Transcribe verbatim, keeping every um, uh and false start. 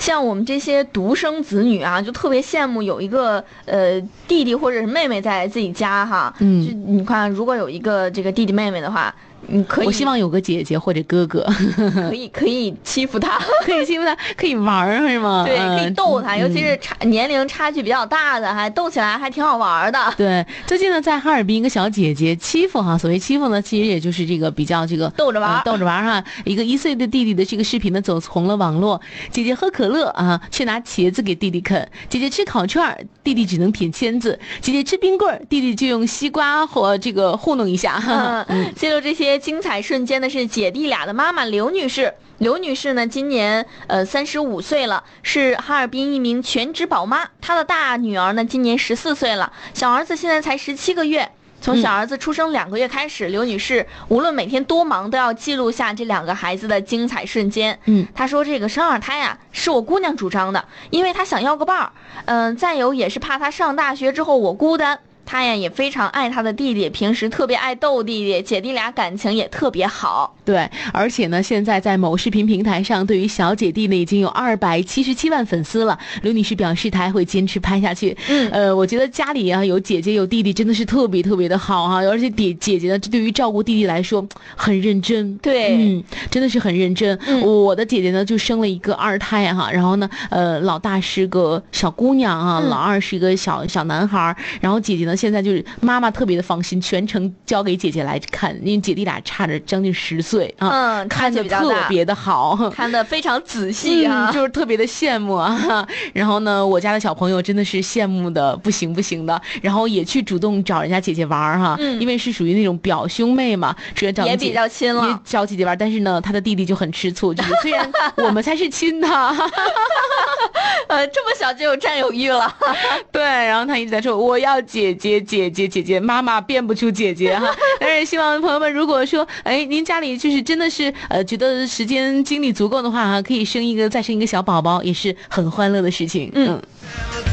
像我们这些独生子女啊，就特别羡慕有一个呃弟弟或者是妹妹在自己家哈。嗯，就你看，如果有一个这个弟弟妹妹的话。嗯，可以。 我希望有个姐姐或者哥哥， 可以可以欺负他， 可以欺负他，可以玩是吗？ 对，可以逗他，嗯、尤其是差年龄差距比较大的，还逗起来还挺好玩的。 对，最近呢，在哈尔滨一个小姐姐欺负哈，所谓欺负呢，其实也就是这个比较这个逗着玩、呃， 逗着玩哈。一个一岁的弟弟的这个视频呢，走红了网络。姐姐喝可乐啊，却拿茄子给弟弟啃；姐姐吃烤串，弟弟只能舔签子；姐姐吃冰棍，弟弟就用西瓜或这个糊弄一下。 嗯，嗯记录这些精彩瞬间的是姐弟俩的妈妈刘女士。刘女士呢，今年呃三十五岁了，是哈尔滨一名全职宝妈。她的大女儿呢，今年十四岁了，小儿子现在才十七个月。从小儿子出生两个月开始，嗯、刘女士无论每天多忙，都要记录下这两个孩子的精彩瞬间。嗯，她说这个生二胎啊，是我姑娘主张的，因为她想要个伴儿。嗯、呃，再有也是怕她上大学之后我孤单。他呀也非常爱他的弟弟，平时特别爱逗弟弟，姐弟俩感情也特别好。 对，而且呢，现在在某视频平台上，对于小姐弟呢已经有二百七十七万粉丝了。刘女士表示，她还会坚持拍下去。嗯，呃，我觉得家里啊有姐姐有弟弟真的是特别特别的好哈、啊，而且姐姐姐呢，对于照顾弟弟来说很认真。 对， 嗯，真的是很认真。嗯、我的姐姐呢就生了一个二胎哈、啊，然后呢，呃，老大是个小姑娘啊，嗯、老二是一个小小男孩，然后姐姐呢。现在就是妈妈特别的放心，全程交给姐姐来看，因为姐弟俩差着将近十岁啊，嗯，看得特别的好， 看得非常仔细啊、 嗯，就是特别的羡慕啊。然后呢，我家的小朋友真的是羡慕的不行不行的，然后也去主动找人家姐姐玩哈、嗯，因为是属于那种表兄妹嘛，主要找也比较亲了， 也找姐姐玩，但是呢，他的弟弟就很吃醋，就是虽然我们才是亲的， 呃，这么小就有占有欲了， 对，然后他一直在说我要姐姐。姐姐姐姐妈妈变不出姐姐哈，但是希望朋友们如果说哎您家里就是真的是呃觉得时间精力足够的话哈，可以生一个再生一个小宝宝也是很欢乐的事情。嗯。嗯